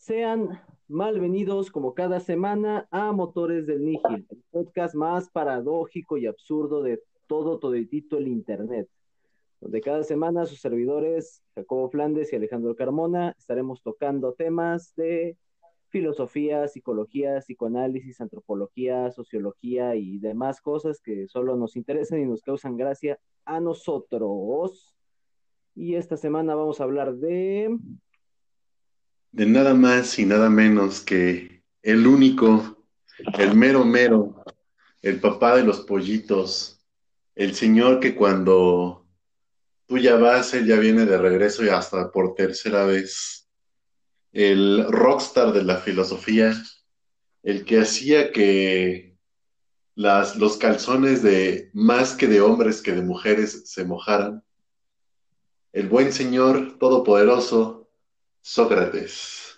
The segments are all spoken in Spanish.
Sean malvenidos como cada semana a Motores del Nígil, el podcast más paradójico y absurdo de toditito el Internet, donde cada semana sus servidores, Jacobo Flandes y Alejandro Carmona, estaremos tocando temas de filosofía, psicología, psicoanálisis, antropología, sociología y demás cosas que solo nos interesan y nos causan gracia a nosotros. Y esta semana vamos a hablar de... De nada más y nada menos que el único, el mero mero, el papá de los pollitos, el señor que cuando tú ya vas, él ya viene de regreso y hasta por tercera vez, el rockstar de la filosofía, el que hacía que los calzones de más que de hombres que de mujeres se mojaran, el buen señor todopoderoso, Sócrates.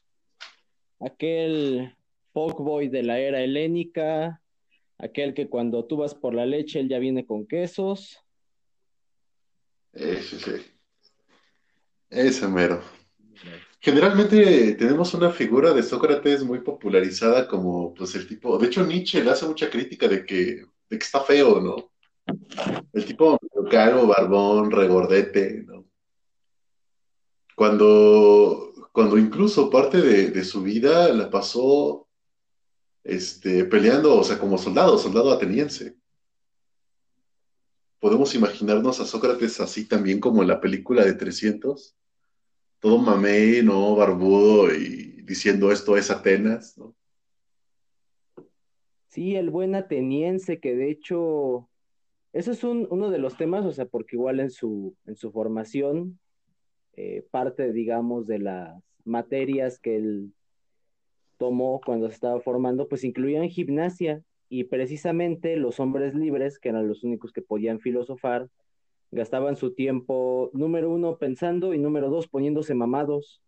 aquel fuckboy de la era helénica, aquel que cuando tú vas por la leche, él ya viene con quesos. Sí, sí, ese mero. Generalmente tenemos una figura de Sócrates muy popularizada como pues el tipo, de hecho Nietzsche le hace mucha crítica de que está feo, ¿no? El tipo medio calvo, barbón, regordete, ¿no? Cuando incluso parte de su vida la pasó peleando, o sea, como soldado ateniense. Podemos imaginarnos a Sócrates así también como en la película de 300, todo mamey, ¿no? Barbudo y diciendo esto es Atenas, ¿no? Sí, el buen ateniense, que de hecho, eso es uno de los temas, o sea, porque igual en su formación, parte, digamos, de las materias que él tomó cuando se estaba formando, pues incluían gimnasia y precisamente los hombres libres, que eran los únicos que podían filosofar, gastaban su tiempo, número uno, pensando y número dos, poniéndose mamados.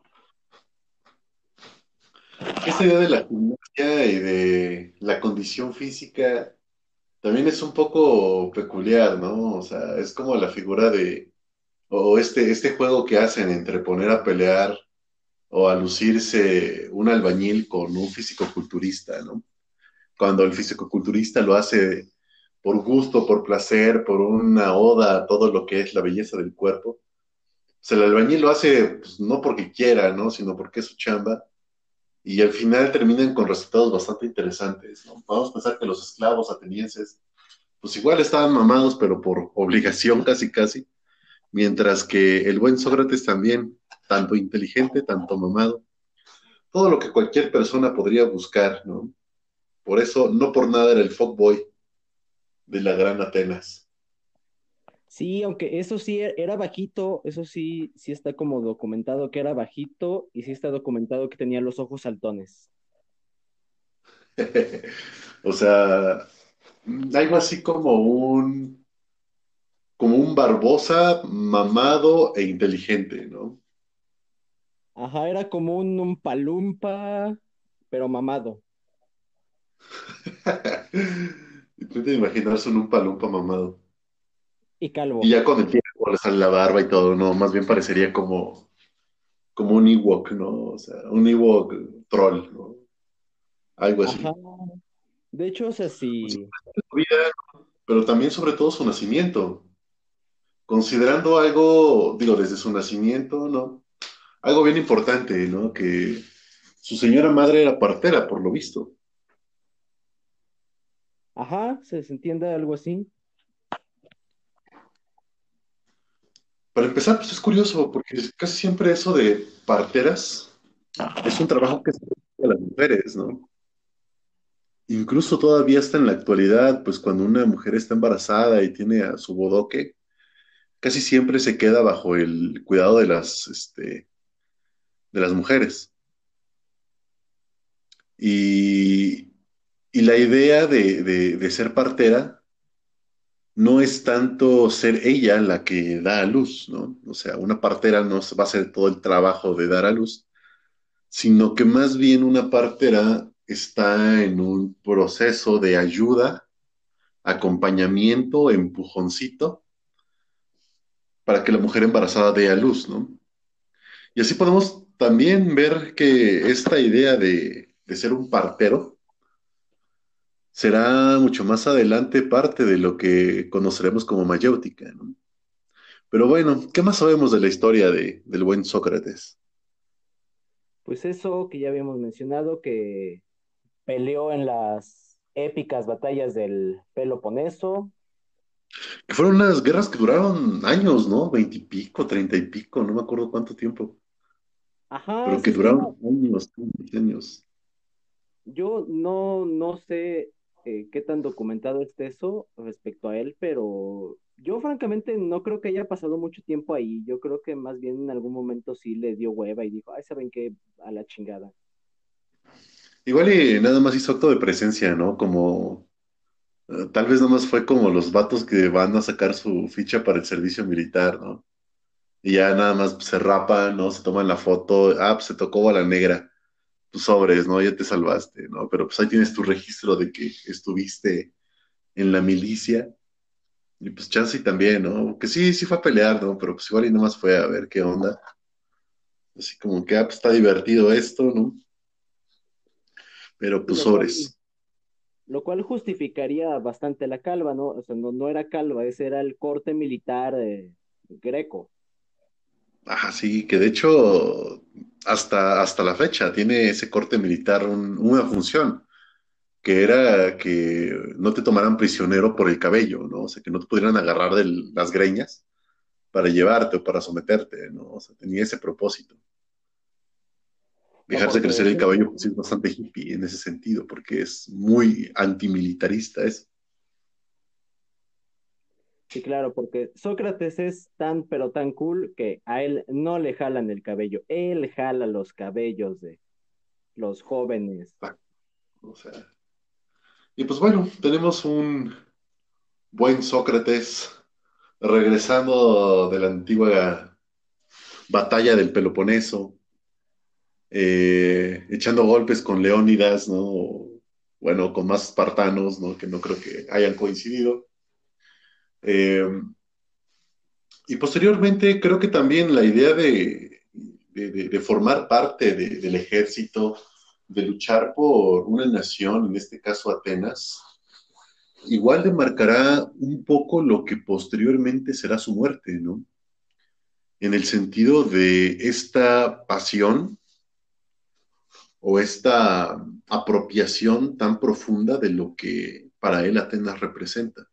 Esta idea de la gimnasia y de la condición física también es un poco peculiar, ¿no? O sea, es como la figura o este juego que hacen entre poner a pelear o a lucirse un albañil con un fisicoculturista, ¿no? Cuando el fisicoculturista lo hace por gusto, por placer, por una oda a todo lo que es la belleza del cuerpo. O sea, el albañil lo hace pues, no porque quiera, ¿no? Sino porque es su chamba y al final terminan con resultados bastante interesantes, ¿no? Vamos a pensar que los esclavos atenienses, pues igual estaban mamados, pero por obligación casi casi, mientras que el buen Sócrates también, tanto inteligente, tanto mamado, todo lo que cualquier persona podría buscar, ¿no? Por eso, no por nada era el fuckboy de la gran Atenas. Sí, aunque eso sí era bajito, eso sí, sí está como documentado que era bajito y sí está documentado que tenía los ojos saltones. O sea, algo así como un Barbosa mamado e inteligente, ¿no? Ajá, era como un palumpa, pero mamado Intenta imaginarse un palumpa mamado. y Y calvo. ya con el tiempo le sale la barba y todo, ¿no? Más bien parecería como un Ewok, ¿no? O sea, un Ewok troll, ¿no? Algo Ajá. así. De hecho, o sea, Pues sí, sí. su vida, pero también sobre todo su nacimiento. Considerando algo, digo, desde su nacimiento, ¿no? Algo bien importante, ¿no? Que su señora madre era partera, por lo visto. Ajá, se entiende algo así. Para empezar, pues es curioso, porque casi siempre eso de parteras es un trabajo que se hace a las mujeres, ¿no? Incluso todavía hasta en la actualidad, pues cuando una mujer está embarazada y tiene a su bodoque, casi siempre se queda bajo el cuidado de las mujeres. Y, y la idea de ser partera no es tanto ser ella la que da a luz, ¿no? O sea, una partera no va a hacer todo el trabajo de dar a luz, sino que más bien una partera está en un proceso de ayuda, acompañamiento, empujoncito para que la mujer embarazada dé a luz, ¿no? Y así podemos también ver que esta idea de ser un partero será mucho más adelante parte de lo que conoceremos como mayéutica, ¿no? Pero bueno, ¿qué más sabemos de la historia del buen Sócrates? Pues eso que ya habíamos mencionado, que peleó en las épicas batallas del Peloponeso. Que fueron unas guerras que duraron años, ¿no? 20 y pico, 30 y pico, no me acuerdo cuánto tiempo, Ajá, pero se que estima. duraron años, años. Yo no sé qué tan documentado esté eso respecto a él, pero yo francamente no creo que haya pasado mucho tiempo ahí. Yo creo que más bien en algún momento sí le dio hueva y dijo, ay, ¿saben qué? A la chingada. Igual y nada más hizo acto de presencia, ¿no? Como tal vez nada más fue como los vatos que van a sacar su ficha para el servicio militar, ¿no? Y ya nada más pues, se rapan, ¿no? Se toman la foto, pues se tocó bola negra, tus sobres, ¿no? Ya te salvaste, ¿no? Pero pues ahí tienes tu registro de que estuviste en la milicia. Y pues Chansey también, ¿no? Que sí, sí fue a pelear, ¿no? Pero pues igual y nada más fue a ver qué onda. Así como que, pues está divertido esto, ¿no? Pero Y pues sobres. lo cual justificaría bastante la calva, ¿no? O sea, no era calva, ese era el corte militar greco. Ajá, sí, que de hecho hasta la fecha tiene ese corte militar una función, que era que no te tomaran prisionero por el cabello, ¿no? O sea, que no te pudieran agarrar de las greñas para llevarte o para someterte, ¿no? O sea, tenía ese propósito. No, Dejarse porque crecer el cabello pues, es bastante hippie en ese sentido, porque es muy antimilitarista eso. sí, claro, porque Sócrates es tan, pero tan cool que a él no le jalan el cabello, él jala los cabellos de los jóvenes. O sea, y pues bueno, tenemos un buen Sócrates regresando de la antigua batalla del Peloponeso, echando golpes con Leónidas, ¿no? Bueno, con más espartanos, ¿no? Que no creo que hayan coincidido. Eh, y posteriormente creo que también la idea de formar parte del ejército, de luchar por una nación, en este caso Atenas, igual demarcará un poco lo que posteriormente será su muerte, ¿no? En el sentido de esta pasión o esta apropiación tan profunda de lo que para él Atenas representa.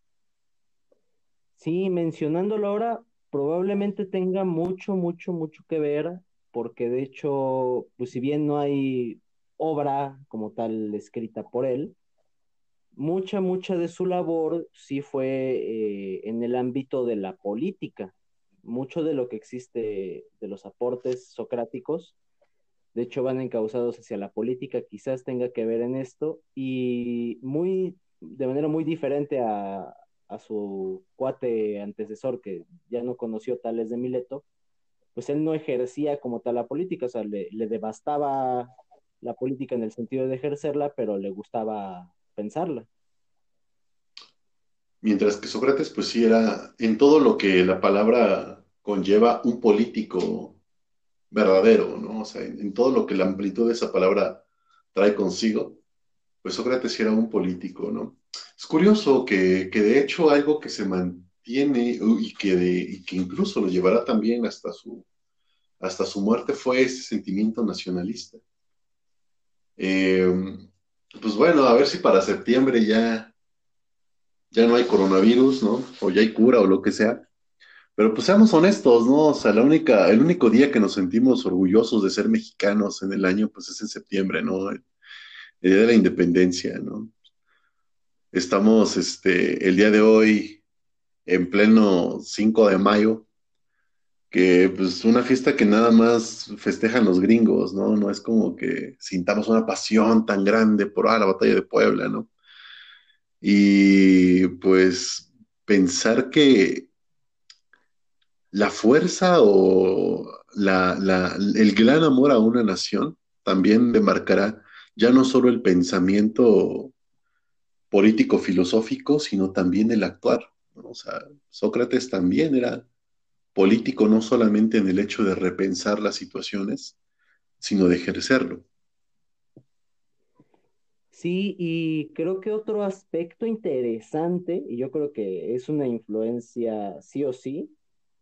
Sí, mencionándolo ahora, probablemente tenga mucho que ver, porque de hecho, pues si bien no hay obra como tal escrita por él, mucha de su labor sí fue en el ámbito de la política. Mucho de lo que existe de los aportes socráticos, de hecho, van encausados hacia la política, quizás tenga que ver en esto, y de manera muy diferente a su cuate antecesor, que ya no conoció tales de Mileto, pues él no ejercía como tal la política, o sea, le devastaba la política en el sentido de ejercerla, pero le gustaba pensarla. Mientras que Sócrates, pues sí, era en todo lo que la palabra conlleva un político verdadero, ¿no? O sea, en todo lo que la amplitud de esa palabra trae consigo, pues Sócrates sí era un político, ¿no? Es curioso que de hecho algo que se mantiene y que incluso lo llevará también hasta su muerte fue ese sentimiento nacionalista. Eh, pues bueno, a ver si para septiembre ya no hay coronavirus, ¿no? O ya hay cura o lo que sea. Pero pues seamos honestos, ¿no? O sea, el único día que nos sentimos orgullosos de ser mexicanos en el año, pues es en septiembre, ¿no? El día de la independencia, ¿no? Estamos, el día de hoy en pleno 5 de mayo, que pues una fiesta que nada más festejan los gringos, ¿no? No es como que sintamos una pasión tan grande por la batalla de Puebla, ¿no? Y pues pensar que la fuerza o el gran amor a una nación también demarcará ya no solo el pensamiento político-filosófico, sino también el actuar, ¿no? O sea, Sócrates también era político no solamente en el hecho de repensar las situaciones, sino de ejercerlo. Sí, y creo que otro aspecto interesante, y yo creo que es una influencia sí o sí,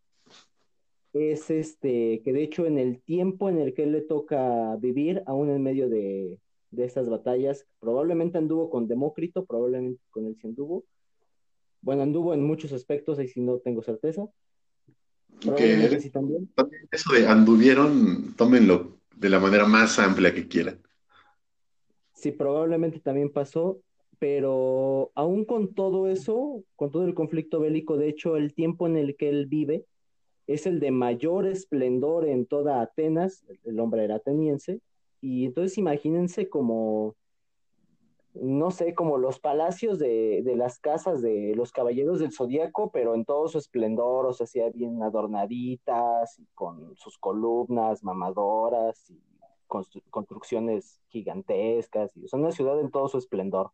es que de hecho en el tiempo en el que él le toca vivir, aún en medio de estas batallas, probablemente anduvo con Demócrito, probablemente con él sí anduvo. Bueno, anduvo en muchos aspectos, ahí sí no tengo certeza. Probablemente Que sí también. también eso de anduvieron, tómenlo de la manera más amplia que quieran. Sí, probablemente también pasó, pero aún con todo eso, con todo el conflicto bélico, de hecho, el tiempo en el que él vive es el de mayor esplendor en toda Atenas, el hombre era ateniense, y entonces imagínense como, no sé, como los palacios de las casas de los caballeros del Zodíaco, pero en todo su esplendor, o sea, así bien adornaditas, y con sus columnas mamadoras, y construcciones gigantescas, y o sea, una ciudad en todo su esplendor.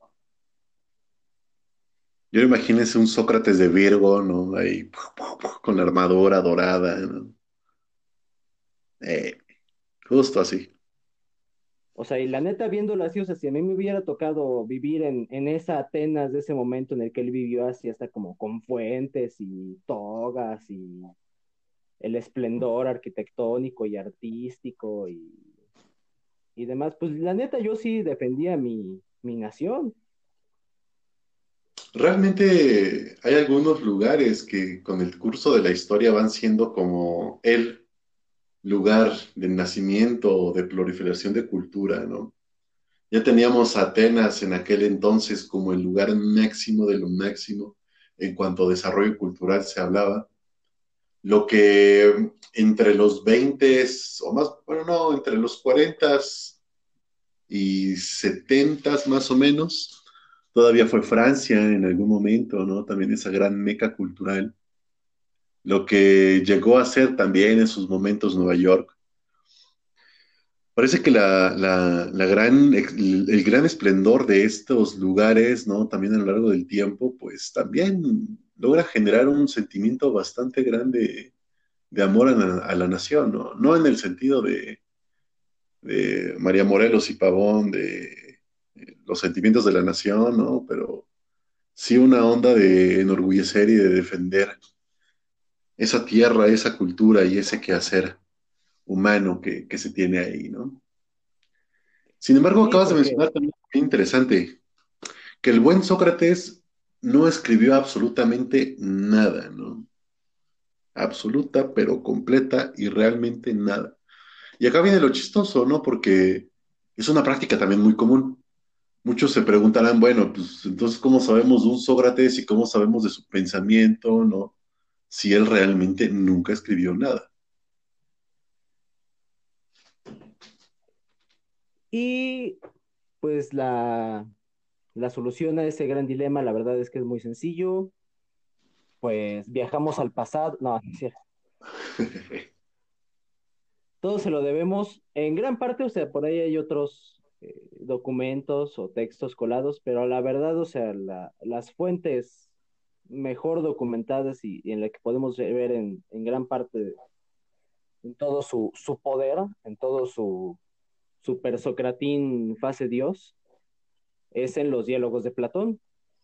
Yo imagínense un Sócrates de Virgo, ¿no? Ahí con la armadura dorada, ¿no? Eh, justo así. O sea, y la neta, viéndolo así, o sea, si a mí me hubiera tocado vivir en esa Atenas de ese momento en el que él vivió así, hasta como con fuentes y togas y el esplendor arquitectónico y artístico y demás, pues la neta yo sí defendía mi nación. Realmente hay algunos lugares que con el curso de la historia van siendo como el lugar de nacimiento o de proliferación de cultura, ¿no? Ya teníamos a Atenas en aquel entonces como el lugar máximo de lo máximo en cuanto a desarrollo cultural se hablaba. Lo que entre los 20 o más, bueno, no, entre los 40 y 70 más o menos, todavía fue Francia en algún momento, ¿no? También esa gran meca cultural. Lo que llegó a ser también en sus momentos Nueva York. Parece que el gran esplendor de estos lugares, ¿no? También a lo largo del tiempo, pues también logra generar un sentimiento bastante grande de amor a la nación, ¿no? No en el sentido de María Morelos y Pavón, de los sentimientos de la nación, ¿no? Pero sí una onda de enorgullecer y de defender esa tierra, esa cultura y ese quehacer humano que se tiene ahí, ¿no? Sin embargo, Sí, acabas de porque mencionar también algo interesante, que el buen Sócrates no escribió absolutamente nada, ¿no? Absoluta, pero completa y realmente nada. Y acá viene lo chistoso, ¿no? Porque es una práctica también muy común. Muchos se preguntarán, bueno, pues entonces, ¿cómo sabemos de un Sócrates y cómo sabemos de su pensamiento, ¿no? Si él realmente nunca escribió nada. y pues la solución a ese gran dilema, la verdad es que es muy sencillo, pues viajamos al pasado, no, no es cierto. Todo se lo debemos en gran parte, o sea, por ahí hay otros documentos o textos colados, pero la verdad, o sea, las fuentes mejor documentadas y en la que podemos ver en gran parte, en todo su poder, en todo su super Socratín fase Dios, es en los diálogos de Platón.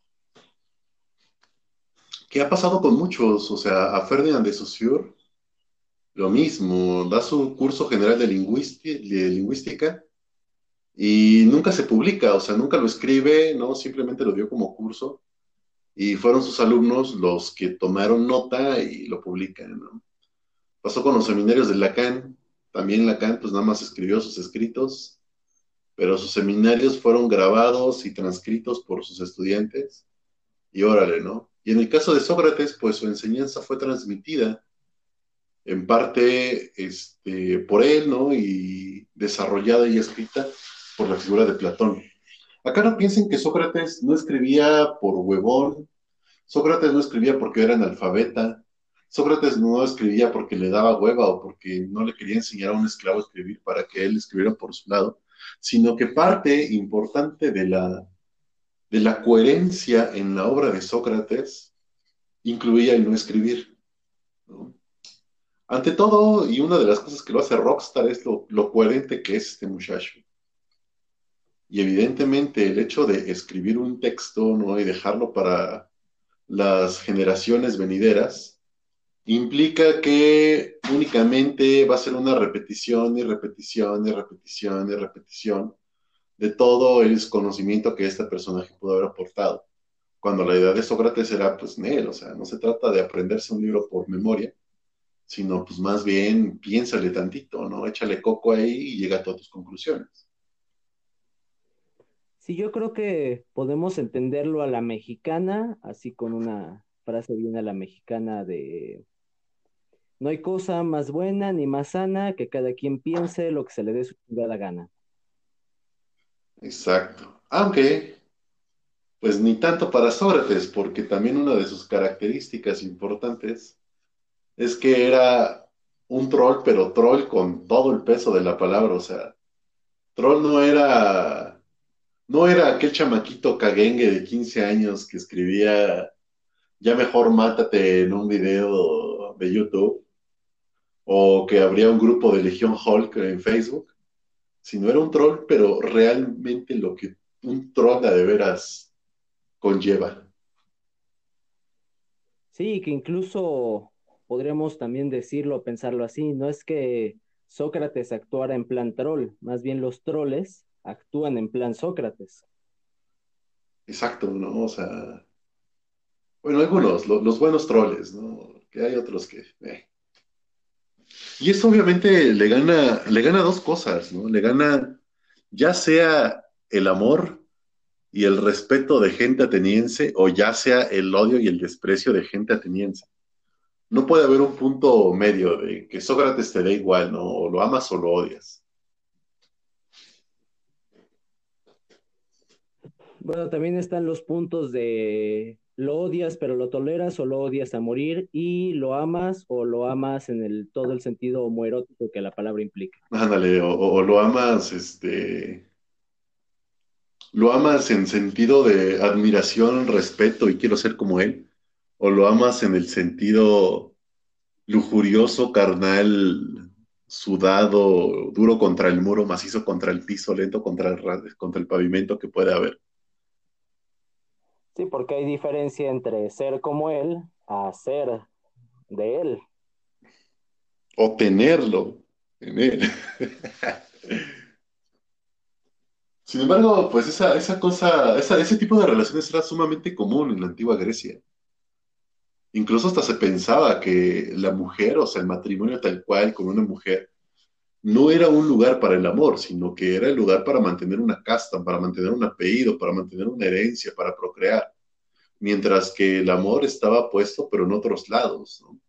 ¿Qué ha pasado con muchos? O sea, a Ferdinand de Saussure, lo mismo, da su curso general de lingüística y nunca se publica, o sea, nunca lo escribe, ¿no? Simplemente lo dio como curso y fueron sus alumnos los que tomaron nota y lo publican, ¿no? Pasó con los seminarios de Lacan, también Lacan pues nada más escribió sus escritos, pero sus seminarios fueron grabados y transcritos por sus estudiantes y órale, ¿no? Y en el caso de Sócrates, pues su enseñanza fue transmitida en parte por él, ¿no? Y desarrollada y escrita por la figura de Platón. Acá no piensen que Sócrates no escribía por huevón, Sócrates no escribía porque era analfabeta, Sócrates no escribía porque le daba hueva o porque no le quería enseñar a un esclavo a escribir para que él escribiera por su lado, sino que parte importante de la coherencia en la obra de Sócrates incluía el no escribir, ¿no? ante todo, y una de las cosas que lo hace Rockstar es lo coherente que es este muchacho. Y evidentemente el hecho de escribir un texto, ¿no? Y dejarlo para las generaciones venideras, implica que únicamente va a ser una repetición y repetición y repetición y repetición de todo el conocimiento que este personaje pudo haber aportado. Cuando la idea de Sócrates era, pues, Nel, o sea, no se trata de aprenderse un libro por memoria, sino pues más bien piénsale tantito, ¿no? Échale coco ahí y llega a todas tus conclusiones. Sí, yo creo que podemos entenderlo a la mexicana, así con una frase bien a la mexicana de no hay cosa más buena ni más sana que cada quien piense lo que se le dé su chingada gana. Exacto. Aunque, pues ni tanto para Sócrates, porque también una de sus características importantes es que era un troll, pero troll con todo el peso de la palabra, o sea, troll no era aquel chamaquito caguengue de 15 años que escribía ya mejor mátate en un video de YouTube o que habría un grupo de Legión Hulk en Facebook, sino era un troll, pero realmente lo que un troll a de veras conlleva. Sí, que incluso podríamos también decirlo, pensarlo así, no es que Sócrates actuara en plan troll, más bien los troles actúan en plan Sócrates. Exacto, ¿no? O sea, bueno, algunos, los buenos troles, ¿no? Que hay otros que... Y esto obviamente le gana dos cosas, ¿no? Le gana ya sea el amor y el respeto de gente ateniense o ya sea el odio y el desprecio de gente ateniense. No puede haber un punto medio de que Sócrates te dé igual, ¿no? O lo amas o lo odias. Bueno, también están los puntos de lo odias pero lo toleras o lo odias a morir y lo amas o lo amas en todo el sentido homoerótico que la palabra implica. Ándale, o lo amas, lo amas en sentido de admiración, respeto y quiero ser como él, o lo amas en el sentido lujurioso, carnal, sudado, duro contra el muro, macizo contra el piso, lento contra el pavimento que puede haber. Sí, porque hay diferencia entre ser como él a ser de él. O tenerlo en él. Sin embargo, pues esa cosa, ese tipo de relaciones era sumamente común en la antigua Grecia. Incluso hasta se pensaba que la mujer, o sea, el matrimonio tal cual con una mujer, no era un lugar para el amor, sino que era el lugar para mantener una casta, para mantener un apellido, para mantener una herencia, para procrear. Mientras que el amor estaba puesto, pero en otros lados, ¿no?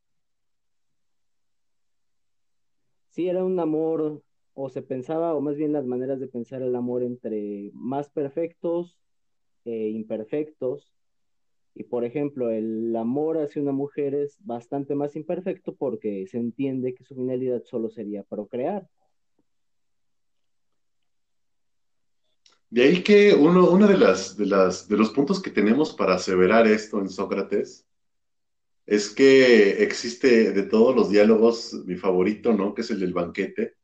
Sí, era un amor, o se pensaba, o más bien las maneras de pensar el amor entre más perfectos e imperfectos. Y por ejemplo, el amor hacia una mujer es bastante más imperfecto porque se entiende que su finalidad solo sería procrear. De ahí que uno de los puntos que tenemos para aseverar esto en Sócrates es que existe de todos los diálogos mi favorito, ¿no? Que es el del banquete,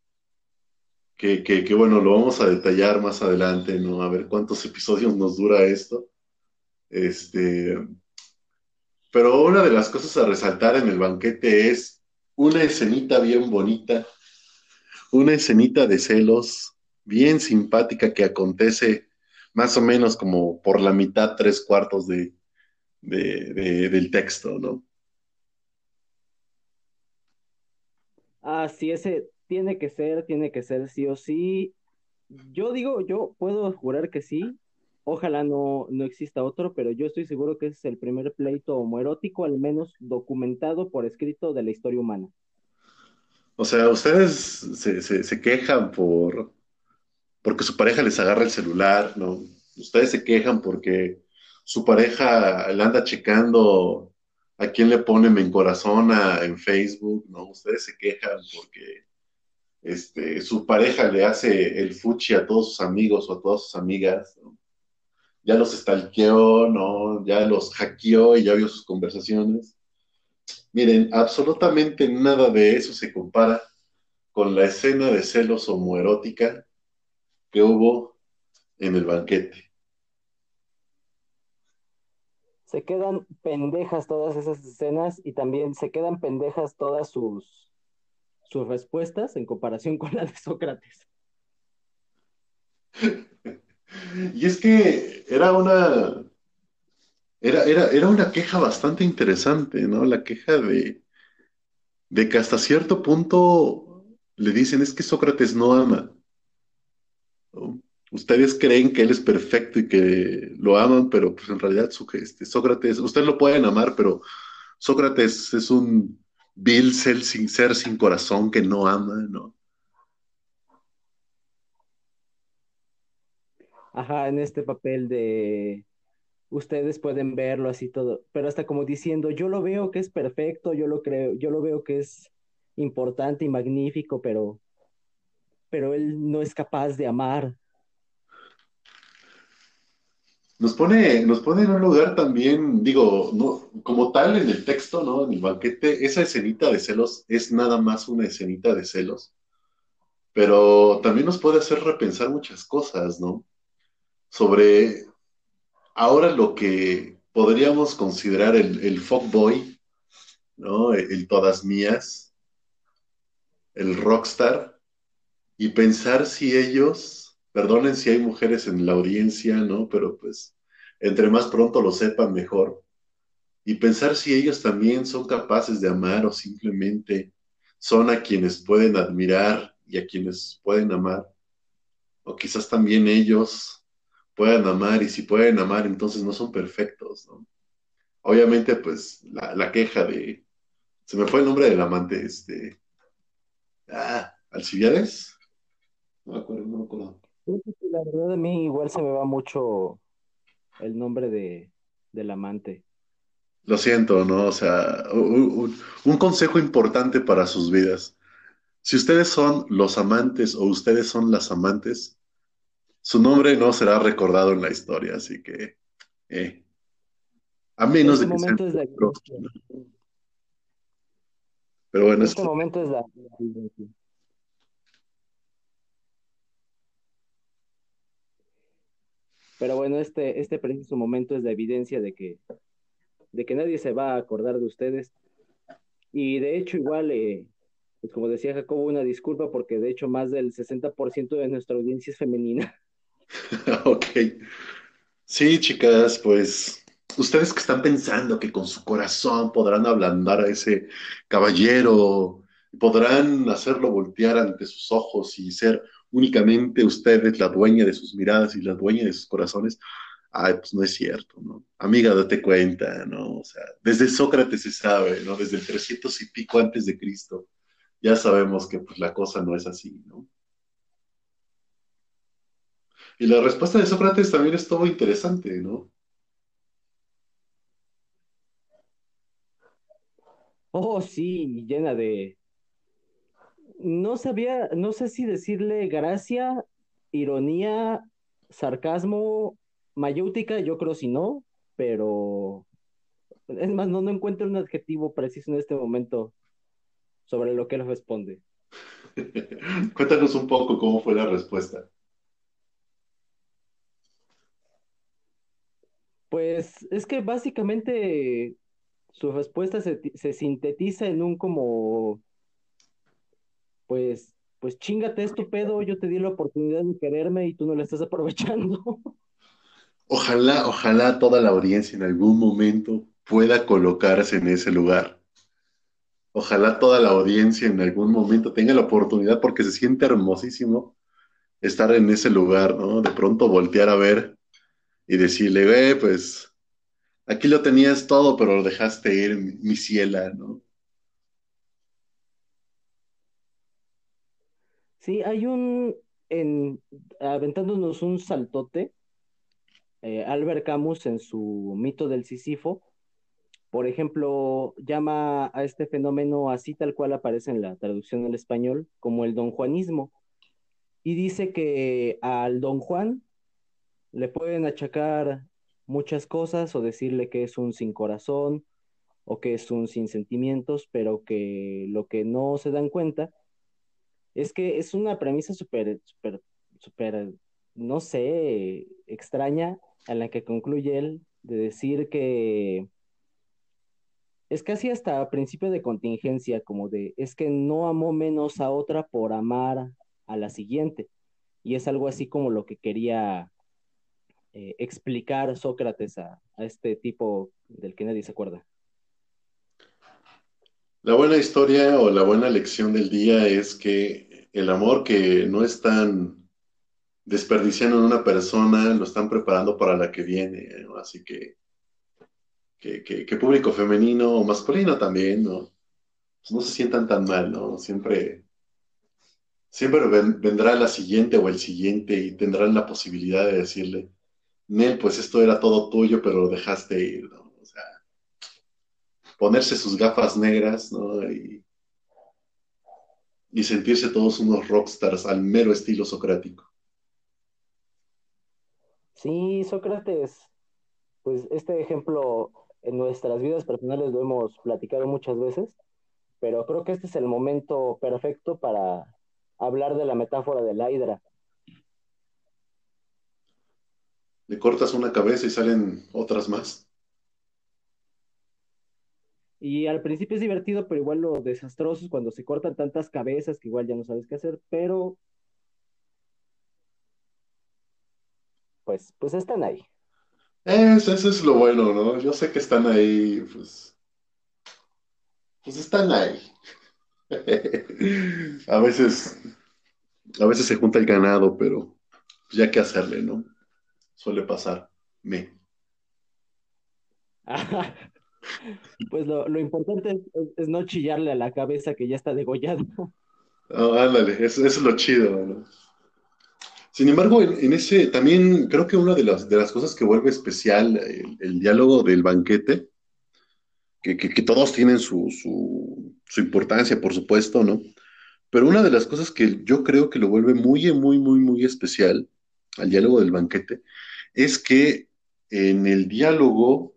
que bueno, lo vamos a detallar más adelante, ¿no? A ver cuántos episodios nos dura esto. Este, pero una de las cosas a resaltar en el banquete es una escenita bien bonita, una escenita de celos bien simpática que acontece más o menos como por la mitad, tres cuartos del texto, ¿no? Ah, sí, ese tiene que ser sí o sí. Yo digo, yo puedo jurar que sí. Ojalá no exista otro, pero yo estoy seguro que ese es el primer pleito homoerótico, al menos documentado por escrito de la historia humana. O sea, ustedes se quejan porque su pareja les agarra el celular, ¿no? Ustedes se quejan porque su pareja le anda checando a quién le pone me encorazona en Facebook, ¿no? Ustedes se quejan porque su pareja le hace el fuchi a todos sus amigos o a todas sus amigas, ¿no? Ya los stalkeó, ¿no? Ya los hackeó y ya vio sus conversaciones. Miren, absolutamente nada de eso se compara con la escena de celos homoerótica que hubo en el banquete. Se quedan pendejas todas esas escenas y también se quedan pendejas todas sus respuestas en comparación con la de Sócrates. Y es que era una queja bastante interesante, ¿no? La queja de que hasta cierto punto le dicen es que Sócrates no ama, ¿no? Ustedes creen que él es perfecto y que lo aman, pero pues en realidad Sócrates, ustedes lo pueden amar, pero Sócrates es un vil ser sin corazón que no ama, ¿no? Ajá, en este papel de ustedes pueden verlo así todo, pero hasta como diciendo, yo lo veo que es perfecto, yo lo creo, yo lo veo que es importante y magnífico, pero él no es capaz de amar. Nos pone en un lugar también, digo, no, como tal en el texto, ¿no? En el banquete, esa escenita de celos es nada más una escenita de celos, pero también nos puede hacer repensar muchas cosas, ¿no? Sobre ahora lo que podríamos considerar el fuckboy, ¿no? El todas mías, el rockstar, y pensar si ellos, perdonen si hay mujeres en la audiencia, ¿no? Pero pues entre más pronto lo sepan, mejor. Y pensar si ellos también son capaces de amar o simplemente son a quienes pueden admirar y a quienes pueden amar. O quizás también ellos puedan amar y si pueden amar, entonces no son perfectos, ¿no? Obviamente, pues la queja de... Se me fue el nombre del amante, Alcibiades. No me acuerdo, no me acuerdo. Sí, sí, sí, la verdad a mí igual se me va mucho el nombre del amante. Lo siento, ¿no? O sea, un consejo importante para sus vidas. Si ustedes son los amantes o ustedes son las amantes, su nombre no será recordado en la historia, así que, eh, a menos Este de que sean momento es la otros, evidencia. ¿no? Pero bueno, Este momento es la evidencia. Pero bueno, este preciso momento es la evidencia de que nadie se va a acordar de ustedes. Y de hecho, igual, pues como decía Jacobo, una disculpa porque de hecho más del 60% de nuestra audiencia es femenina. ok. Sí, chicas, pues ustedes que están pensando que con su corazón podrán ablandar a ese caballero, podrán hacerlo voltear ante sus ojos y ser únicamente ustedes la dueña de sus miradas y la dueña de sus corazones. Ay, pues no es cierto, ¿no? Amiga, date cuenta, ¿no? O sea, desde Sócrates se sabe, ¿no? Desde el 300 y pico antes de Cristo, ya sabemos que pues la cosa no es así, ¿no? Y la respuesta de Sócrates también estuvo interesante, ¿no? Oh, sí, llena de... No sabía, no sé si decirle gracia, ironía, sarcasmo, mayéutica, yo creo si no, pero es más, no encuentro un adjetivo preciso en este momento sobre lo que él responde. Cuéntanos un poco cómo fue la respuesta. Pues es que básicamente su respuesta se sintetiza en un como, pues chingate esto pedo, yo te di la oportunidad de quererme y tú no la estás aprovechando. Ojalá, ojalá toda la audiencia en algún momento pueda colocarse en ese lugar. Ojalá toda la audiencia en algún momento tenga la oportunidad porque se siente hermosísimo estar en ese lugar, ¿no? De pronto voltear a ver y decirle, pues aquí lo tenías todo, pero lo dejaste ir, mi ciela, ¿no? Sí, hay en, aventándonos un saltote, Albert Camus en su mito del Sísifo, por ejemplo, llama a este fenómeno así tal cual aparece en la traducción al español, como el don Juanismo, y dice que al don Juan le pueden achacar muchas cosas o decirle que es un sin corazón o que es un sin sentimientos, pero que lo que no se dan cuenta es que es una premisa súper, no sé, extraña a la que concluye él de decir que es casi hasta principio de contingencia, como de, es que no amó menos a otra por amar a la siguiente. Y es algo así como lo que quería explicar Sócrates a este tipo del que nadie se acuerda. La buena historia o la buena lección del día es que el amor que no están desperdiciando en una persona lo están preparando para la que viene, ¿no? Así que público femenino o masculino también, ¿no? Pues no se sientan tan mal, ¿no? Siempre vendrá la siguiente o el siguiente y tendrán la posibilidad de decirle, Nel, pues esto era todo tuyo, pero lo dejaste ir, ¿no? O sea, ponerse sus gafas negras, ¿no? Y sentirse todos unos rockstars al mero estilo socrático. Sí, Sócrates, pues este ejemplo en nuestras vidas personales lo hemos platicado muchas veces, pero creo que este es el momento perfecto para hablar de la metáfora de la hidra. Le cortas una cabeza y salen otras más. Y al principio es divertido, pero igual lo desastroso es cuando se cortan tantas cabezas que igual ya no sabes qué hacer, pero pues están ahí. Eso es lo bueno, ¿no? Yo sé que están ahí, pues están ahí. A veces, a veces se junta el ganado, pero ya que hacerle, ¿no? Suele pasar. Me. Pues lo importante es no chillarle a la cabeza que ya está degollada. Oh, ándale, eso es lo chido, ¿no? Sin embargo, en ese también creo que una de las cosas que vuelve especial el diálogo del banquete, que todos tienen su importancia, por supuesto, ¿no? Pero una de las cosas que yo creo que lo vuelve muy, muy, muy, muy especial al diálogo del banquete es que en el diálogo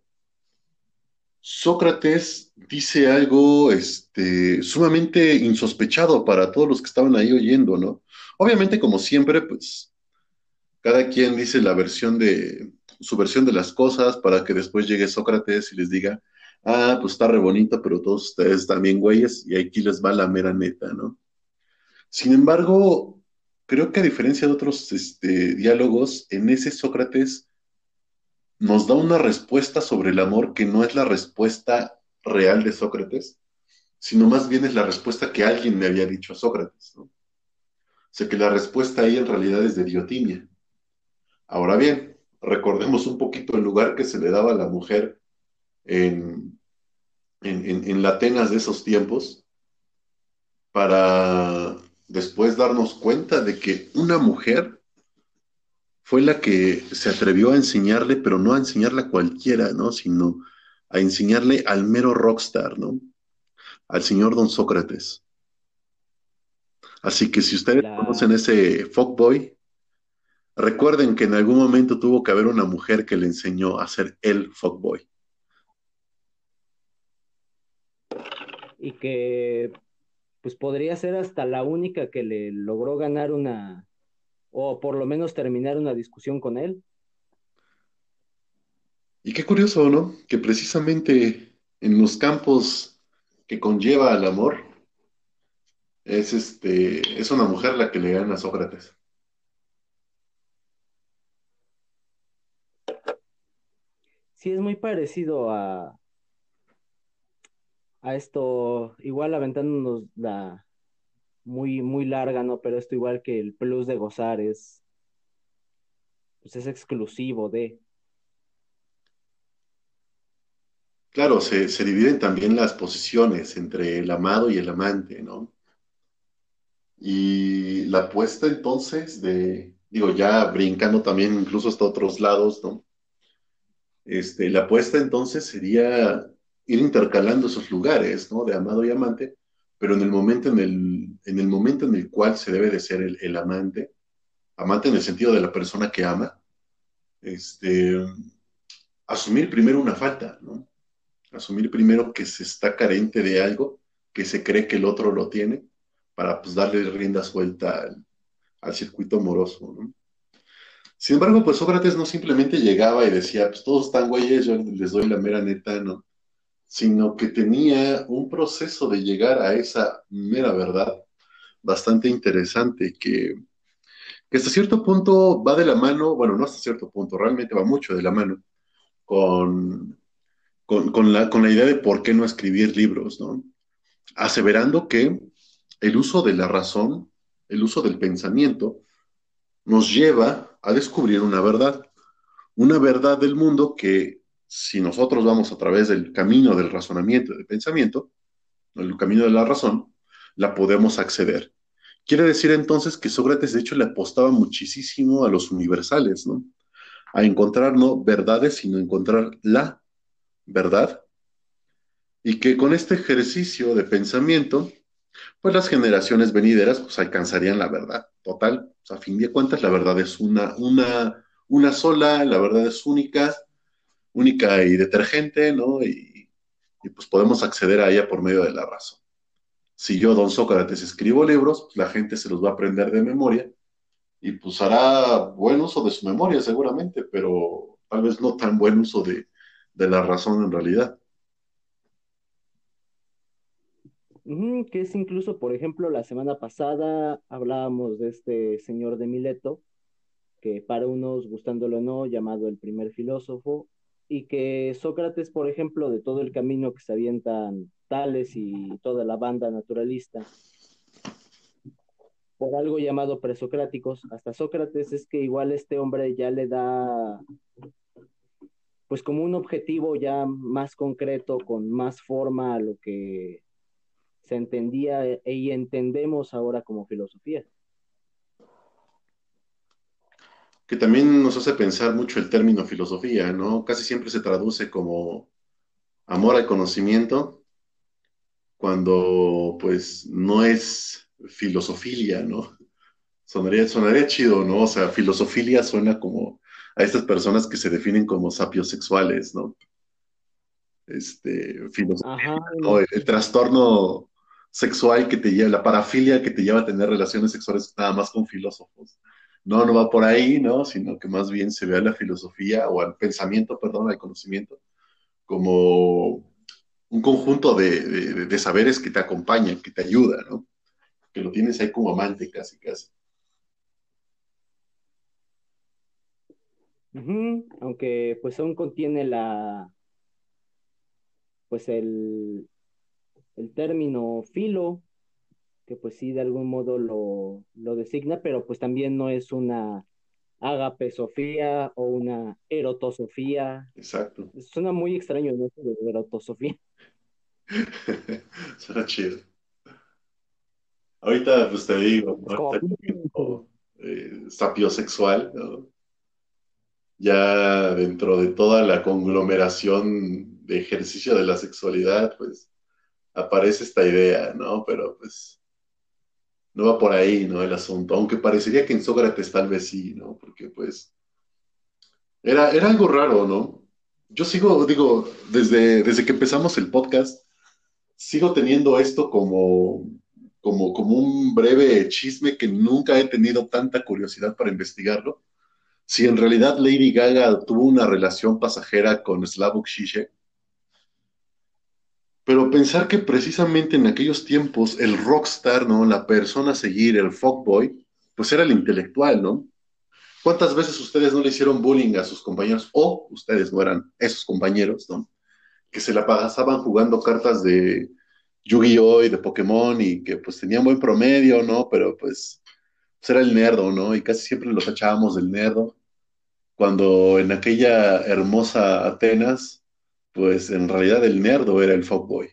Sócrates dice algo sumamente insospechado para todos los que estaban ahí oyendo, ¿no? Obviamente, como siempre, pues cada quien dice su versión de las cosas para que después llegue Sócrates y les diga, ah, pues está re bonito, pero todos ustedes también güeyes, y aquí les va la mera neta, ¿no? Sin embargo, creo que a diferencia de otros diálogos, en ese Sócrates nos da una respuesta sobre el amor que no es la respuesta real de Sócrates, sino más bien es la respuesta que alguien le había dicho a Sócrates, ¿no? O sea que la respuesta ahí en realidad es de Diotimia. Ahora bien, recordemos un poquito el lugar que se le daba a la mujer en, en la Atenas de esos tiempos, para después darnos cuenta de que una mujer fue la que se atrevió a enseñarle, pero no a enseñarle a cualquiera, ¿no? Sino a enseñarle al mero rockstar, ¿no? Al señor Don Sócrates. Así que si ustedes La, conocen ese fuckboy, recuerden que en algún momento tuvo que haber una mujer que le enseñó a ser el fuckboy. y que pues podría ser hasta la única que le logró ganar o por lo menos terminar una discusión con él. Y qué curioso, ¿no? Que precisamente en los campos que conlleva al amor, es una mujer la que le gana a Sócrates. Sí, es muy parecido a esto, igual aventándonos la muy larga, ¿no? Pero esto igual que el plus de gozar pues es exclusivo de. Claro, se dividen también las posiciones entre el amado y el amante, ¿no? Y la apuesta entonces digo, ya brincando también incluso hasta otros lados, ¿no? La apuesta entonces sería ir intercalando esos lugares, ¿no? De amado y amante, pero en el momento en el cual se debe de ser el amante, amante en el sentido de la persona que ama, este, asumir primero una falta, ¿no? Asumir primero que se está carente de algo, que se cree que el otro lo tiene, para pues darle rienda suelta al circuito amoroso, ¿no? Sin embargo, pues Sócrates no simplemente llegaba y decía, pues todos están güeyes, yo les doy la mera neta, ¿no? Sino que tenía un proceso de llegar a esa mera verdad bastante interesante que hasta cierto punto va de la mano, bueno, no hasta cierto punto, realmente va mucho de la mano con, con la idea de por qué no escribir libros, ¿no? Aseverando que el uso de la razón, el uso del pensamiento, nos lleva a descubrir una verdad del mundo que si nosotros vamos a través del camino del razonamiento y del pensamiento, el camino de la razón, la podemos acceder. Quiere decir entonces que Sócrates de hecho le apostaba muchísimo a los universales, ¿no? A encontrar no verdades, sino encontrar la verdad, y que con este ejercicio de pensamiento, pues las generaciones venideras pues alcanzarían la verdad total. O sea, a fin de cuentas, la verdad es una sola, la verdad es única, única y detergente, ¿no? Y pues podemos acceder a ella por medio de la razón. Si yo, don Sócrates, escribo libros, pues la gente se los va a aprender de memoria y pues hará buen uso de su memoria seguramente, pero tal vez no tan buen uso de la razón en realidad. Ujú, que es incluso, por ejemplo, la semana pasada hablábamos de este señor de Mileto, que para unos, gustándolo o no, llamado el primer filósofo, y que Sócrates, por ejemplo, de todo el camino que se avientan Tales y toda la banda naturalista, por algo llamado presocráticos, hasta Sócrates, es que igual este hombre ya le da, pues como un objetivo ya más concreto, con más forma a lo que se entendía y entendemos ahora como filosofía. Que también nos hace pensar mucho el término filosofía, ¿no? Casi siempre se traduce como amor al conocimiento, cuando pues no es filosofilia, ¿no? Sonaría chido, ¿no? O sea, filosofilia suena como a estas personas que se definen como sapiosexuales, ¿no? Filosofía, Ajá, ¿no? no. El trastorno sexual que te lleva, la parafilia que te lleva a tener relaciones sexuales nada más con filósofos. No, no va por ahí, ¿no? Sino que más bien se ve a la filosofía o al pensamiento, perdón, al conocimiento, como un conjunto de saberes que te acompañan, que te ayudan, ¿no? Que lo tienes ahí como amante casi, casi. Ujú, aunque pues aún contiene pues el término filo, que pues sí de algún modo lo designa, pero pues también no es una agapesofía o una erotosofía. Exacto. Suena muy extraño, ¿no? Eso de erotosofía. Suena chido. Ahorita, pues te digo, ¿no? Es como... Ahorita como, sapiosexual, ¿no? Ya dentro de toda la conglomeración de ejercicio de la sexualidad, pues aparece esta idea, ¿no? Pero pues no va por ahí, ¿no? El asunto, aunque parecería que en Sócrates tal vez sí, ¿no? Porque pues era algo raro, ¿no? Yo sigo, digo, desde que empezamos el podcast, sigo teniendo esto como un breve chisme que nunca he tenido tanta curiosidad para investigarlo. Si en realidad Lady Gaga tuvo una relación pasajera con Slavoj Žižek, pero pensar que precisamente en aquellos tiempos el rockstar, ¿no? La persona a seguir, el fuckboy, pues era el intelectual, ¿no? ¿Cuántas veces ustedes no le hicieron bullying a sus compañeros o ustedes no eran esos compañeros, ¿no? Que se la pasaban jugando cartas de Yu-Gi-Oh! Y de Pokémon y que pues tenían buen promedio, ¿no? Pero pues era el nerdo, ¿no? Y casi siempre los tachábamos del nerdo, cuando en aquella hermosa Atenas, pues en realidad el nerdo era el fuckboy.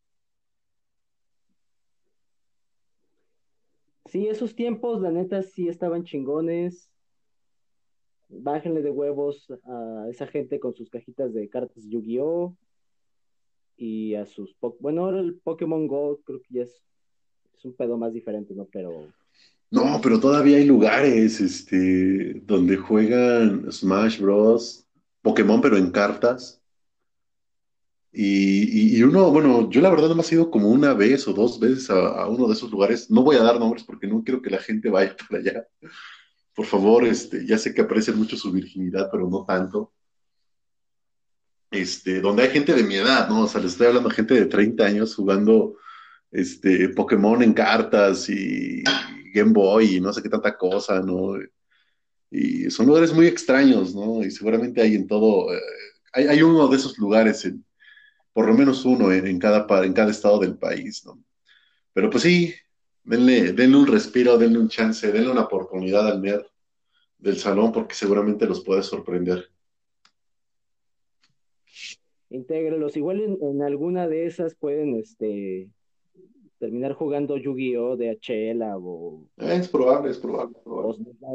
Sí, esos tiempos, la neta, sí estaban chingones. Bájenle de huevos a esa gente con sus cajitas de cartas Yu-Gi-Oh! Y a sus... Bueno, ahora el Pokémon Go creo que ya es un pedo más diferente, ¿no? Pero No, pero todavía hay lugares, donde juegan Smash Bros. Pokémon, pero en cartas. Y uno, bueno, yo la verdad no me he ido como una vez o dos veces a uno de esos lugares. No voy a dar nombres porque no quiero que la gente vaya para allá. Por favor, ya sé que aprecian mucho su virginidad, pero no tanto. Donde hay gente de mi edad, ¿no? O sea, les estoy hablando de gente de 30 años jugando Pokémon en cartas y Game Boy y no sé qué tanta cosa, ¿no? Y son lugares muy extraños, ¿no? Y seguramente hay en todo, hay uno de esos lugares, por lo menos uno en cada estado del país, ¿no? Pero pues sí, denle un respiro, denle un chance, denle una oportunidad al nerd del salón porque seguramente los puede sorprender. Intégrelos. Igual en alguna de esas pueden terminar jugando Yu-Gi-Oh! De HL Es probable, es probable, es o, probable.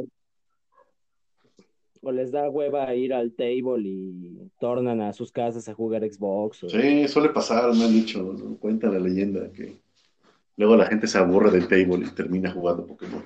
o les da hueva ir al table y tornan a sus casas a jugar Xbox. Sí, suele pasar, me han dicho, ¿no? Cuenta la leyenda que luego la gente se aburre del table y termina jugando Pokémon.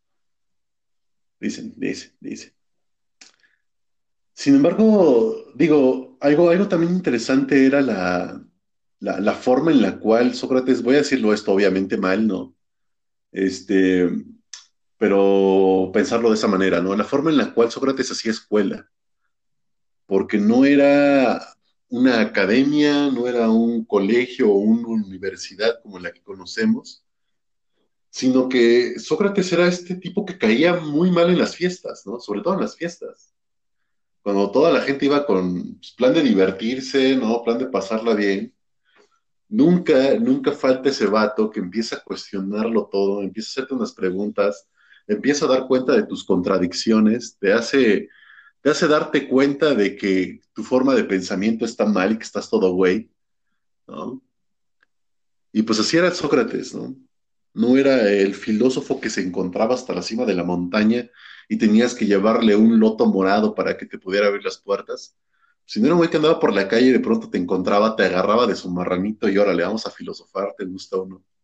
Dicen. Sin embargo, digo, algo también interesante era la forma en la cual Sócrates, voy a decirlo esto obviamente mal, ¿no? Este, pero pensarlo de esa manera, ¿no? La forma en la cual Sócrates hacía escuela, porque no era una academia, no era un colegio o una universidad como la que conocemos, sino que Sócrates era este tipo que caía muy mal en las fiestas, ¿no? Sobre todo en las fiestas. Cuando toda la gente iba con pues, plan de divertirse, ¿no? Plan de pasarla bien, nunca falta ese vato que empieza a cuestionarlo todo, empieza a hacerte unas preguntas, empieza a dar cuenta de tus contradicciones, te hace darte cuenta de que tu forma de pensamiento está mal y que estás todo güey, ¿no? Y pues así era Sócrates, ¿no? No era el filósofo que se encontraba hasta la cima de la montaña y tenías que llevarle un loto morado para que te pudiera abrir las puertas. Si no era un güey que andaba por la calle y de pronto te encontraba, te agarraba de su marranito y órale, vamos a filosofar, ¿te gusta o no?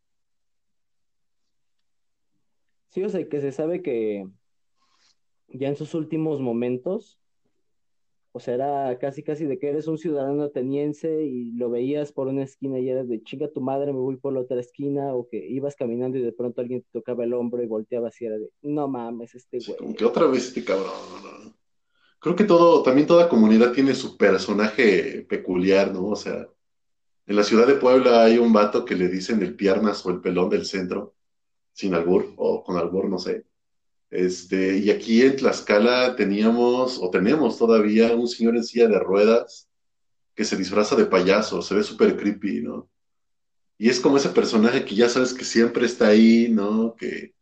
Sí, o sea, que se sabe que ya en sus últimos momentos, o sea, era casi casi de que eres un ciudadano ateniense y lo veías por una esquina y eras de chinga tu madre, me voy por la otra esquina, o que ibas caminando y de pronto alguien te tocaba el hombro y volteabas y era de, no mames, este Así como güey. que otra vez este cabrón, ¿no? Creo que también toda comunidad tiene su personaje peculiar, ¿no? O sea, en la ciudad de Puebla hay un vato que le dicen el piernas o el pelón del centro, sin albur o con albur, no sé. Y aquí en Tlaxcala teníamos, o tenemos todavía, un señor en silla de ruedas que se disfraza de payaso, se ve súper creepy, ¿no? Y es como ese personaje que ya sabes que siempre está ahí, ¿no?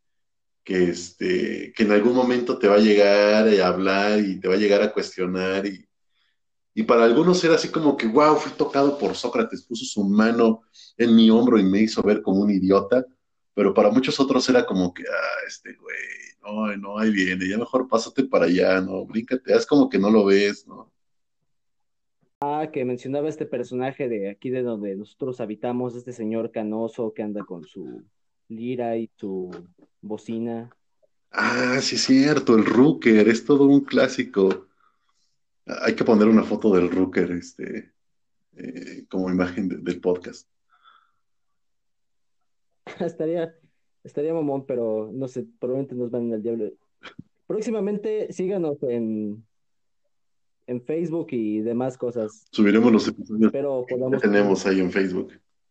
Que en algún momento te va a llegar a hablar y te va a llegar a cuestionar. Y para algunos era así como que, wow, fui tocado por Sócrates, puso su mano en mi hombro y me hizo ver como un idiota. Pero para muchos otros era como que, este güey, no, ahí viene, ya mejor pásate para allá, ¿no? Bríncate, es como que no lo ves, ¿no? Ah, que mencionaba este personaje de aquí de donde nosotros habitamos, este señor canoso que anda con su lira y su bocina. Ah, sí es cierto, el Rooker, es todo un clásico. Hay que poner una foto del Rooker, como imagen del podcast. Estaría, estaría mamón, pero no sé, probablemente nos van al diablo. Próximamente síganos en Facebook y demás cosas. Subiremos los episodios Espero que podamos tenemos ahí en Facebook.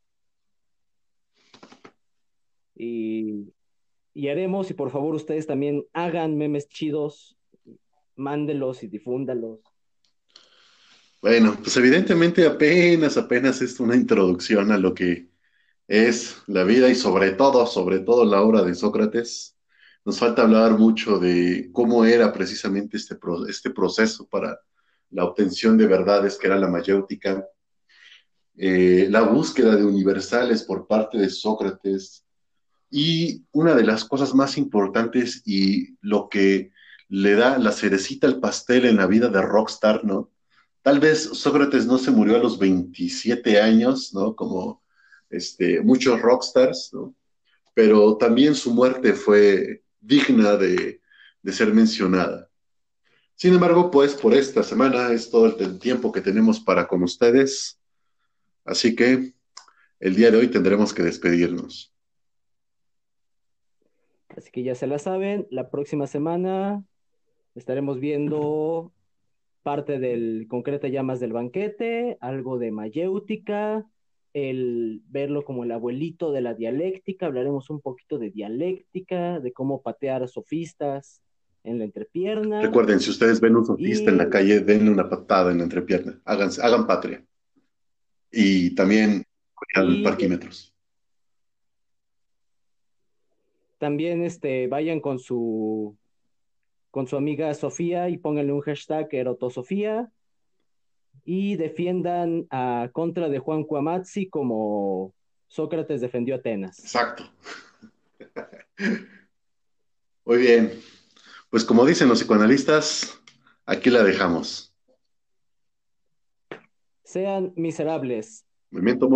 y, y haremos, y por favor ustedes también hagan memes chidos, mándelos y difúndalos. Bueno, pues evidentemente apenas es una introducción a lo que es la vida y sobre todo la obra de Sócrates. Nos falta hablar mucho de cómo era precisamente este proceso para la obtención de verdades, que era la mayéutica, la búsqueda de universales por parte de Sócrates y una de las cosas más importantes y lo que le da la cerecita al pastel en la vida de Rockstar, ¿no? Tal vez Sócrates no se murió a los 27 años, ¿no? Como muchos rockstars, ¿no? Pero también su muerte fue digna de ser mencionada. Sin embargo, pues por esta semana es todo el tiempo que tenemos para con ustedes. Así que el día de hoy tendremos que despedirnos. Así que ya se la saben, la próxima semana estaremos viendo parte del Concreta Llamas del Banquete, algo de mayéutica, el verlo como el abuelito de la dialéctica, hablaremos un poquito de dialéctica, de cómo patear a sofistas en la entrepierna Recuerden, si ustedes ven un sofista en la y, calle, denle una patada en la entrepierna. Hagan patria. Y también cuidan y parquímetros. también vayan con su amiga Sofía y pónganle un hashtag erotosofía y defiendan a contra de Juan Cuamazzi como Sócrates defendió a Atenas. Exacto. Muy bien. Pues como dicen los psicoanalistas, aquí la dejamos. Sean miserables. Movimiento